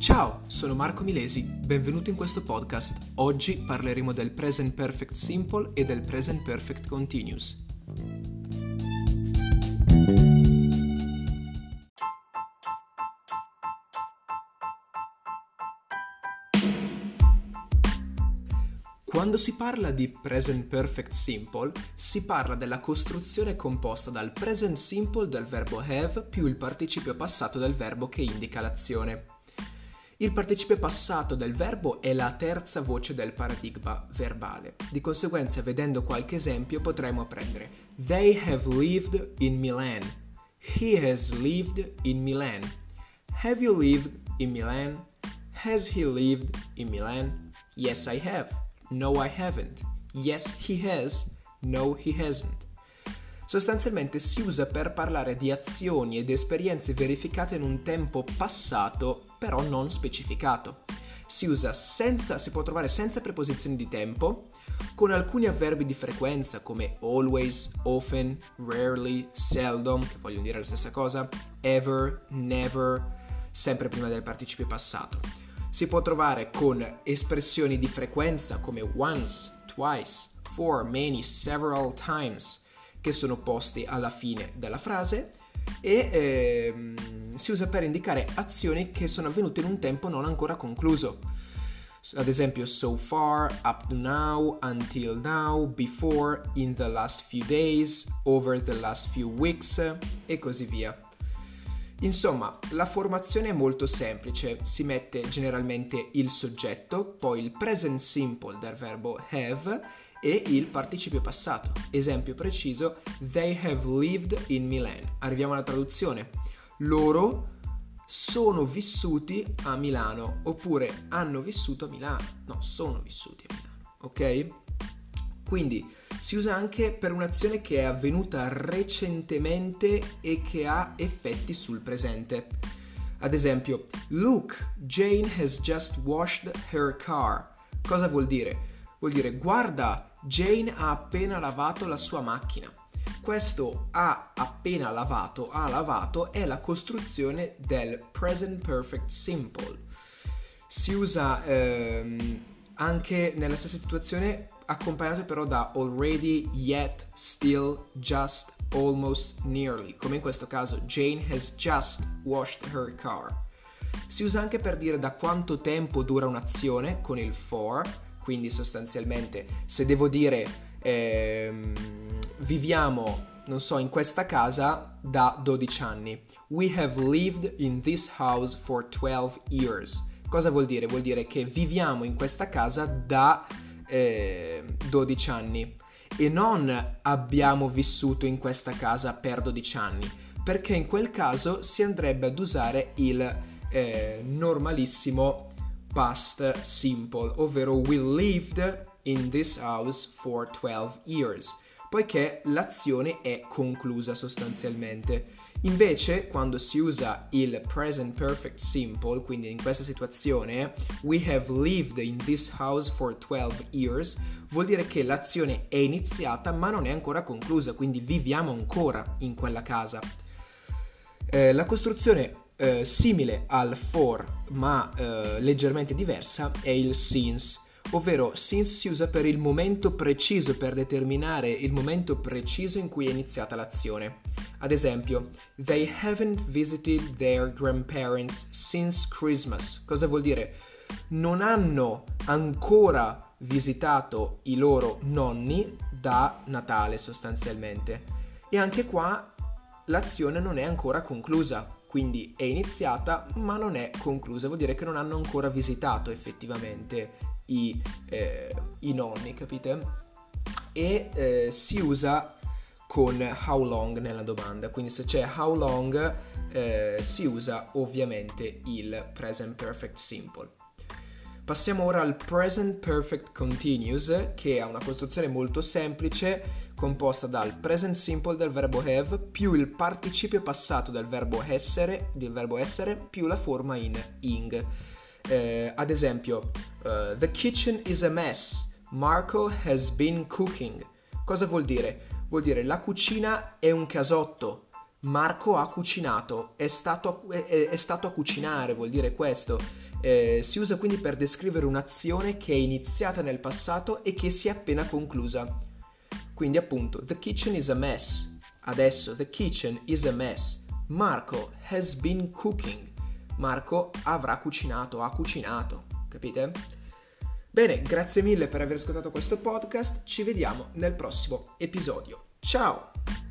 Ciao, sono Marco Milesi, benvenuto in questo podcast. Oggi parleremo del Present Perfect Simple e del Present Perfect Continuous. Quando si parla di Present Perfect Simple, si parla della costruzione composta dal Present Simple del verbo have più il participio passato del verbo che indica l'azione. Il participio passato del verbo è la terza voce del paradigma verbale. Di conseguenza, vedendo qualche esempio, potremo apprendere They have lived in Milan. He has lived in Milan. Have you lived in Milan? Has he lived in Milan? Yes, I have. No, I haven't. Yes, he has. No, he hasn't. Sostanzialmente si usa per parlare di azioni ed esperienze verificate in un tempo passato, però non specificato. Si può trovare senza preposizioni di tempo, con alcuni avverbi di frequenza come always, often, rarely, seldom, che vogliono dire la stessa cosa, ever, never, sempre prima del participio passato. Si può trovare con espressioni di frequenza come once, twice, for, many, several times, che sono posti alla fine della frase e si usa per indicare azioni che sono avvenute in un tempo non ancora concluso. Ad esempio so far, up to now, until now, before, in the last few days, over the last few weeks e così via. Insomma, la formazione è molto semplice, si mette generalmente il soggetto, poi il present simple del verbo have e il participio passato. Esempio preciso, they have lived in Milan. Arriviamo alla traduzione. Loro sono vissuti a Milano, oppure hanno vissuto a Milano. No, sono vissuti a Milano, ok? Quindi si usa anche per un'azione che è avvenuta recentemente e che ha effetti sul presente. Ad esempio, look, Jane has just washed her car. Cosa vuol dire? Vuol dire, guarda, Jane ha appena lavato la sua macchina. Questo ha appena lavato, ha lavato, è la costruzione del present perfect simple. Si usa anche nella stessa situazione, accompagnato però da already, yet, still, just, almost, nearly, come in questo caso Jane has just washed her car. Si usa anche per dire da quanto tempo dura un'azione con il for, quindi sostanzialmente se devo dire viviamo, non so, in questa casa da 12 anni. We have lived in this house for 12 years. Cosa vuol dire? Vuol dire che viviamo in questa casa da 12 anni e non abbiamo vissuto in questa casa per 12 anni, perché in quel caso si andrebbe ad usare il normalissimo past simple, ovvero we lived in this house for 12 years, poiché l'azione è conclusa sostanzialmente. Invece, quando si usa il present perfect simple, quindi in questa situazione, we have lived in this house for 12 years, vuol dire che l'azione è iniziata ma non è ancora conclusa, quindi viviamo ancora in quella casa. La costruzione simile al for, ma leggermente diversa, è il since, ovvero since si usa per il momento preciso, per determinare il momento preciso in cui è iniziata l'azione. Ad esempio, they haven't visited their grandparents since Christmas. Cosa vuol dire? Non hanno ancora visitato i loro nonni da Natale sostanzialmente. E anche qua l'azione non è ancora conclusa, quindi è iniziata ma non è conclusa, vuol dire che non hanno ancora visitato effettivamente i nonni, capite? E si usa con how long nella domanda, quindi se c'è how long si usa ovviamente il present perfect simple. Passiamo ora al present perfect continuous, che ha una costruzione molto semplice, composta dal present simple del verbo have più il participio passato del verbo essere più la forma in ing. Ad esempio, the kitchen is a mess. Marco has been cooking. Cosa vuol dire? Vuol dire la cucina è un casotto. Marco ha cucinato, è stato a cucinare, vuol dire questo. Si usa quindi per descrivere un'azione che è iniziata nel passato e che si è appena conclusa. Quindi appunto, the kitchen is a mess. Adesso, the kitchen is a mess. Marco has been cooking. Marco avrà cucinato, ha cucinato, capite? Bene, grazie mille per aver ascoltato questo podcast, ci vediamo nel prossimo episodio. Ciao!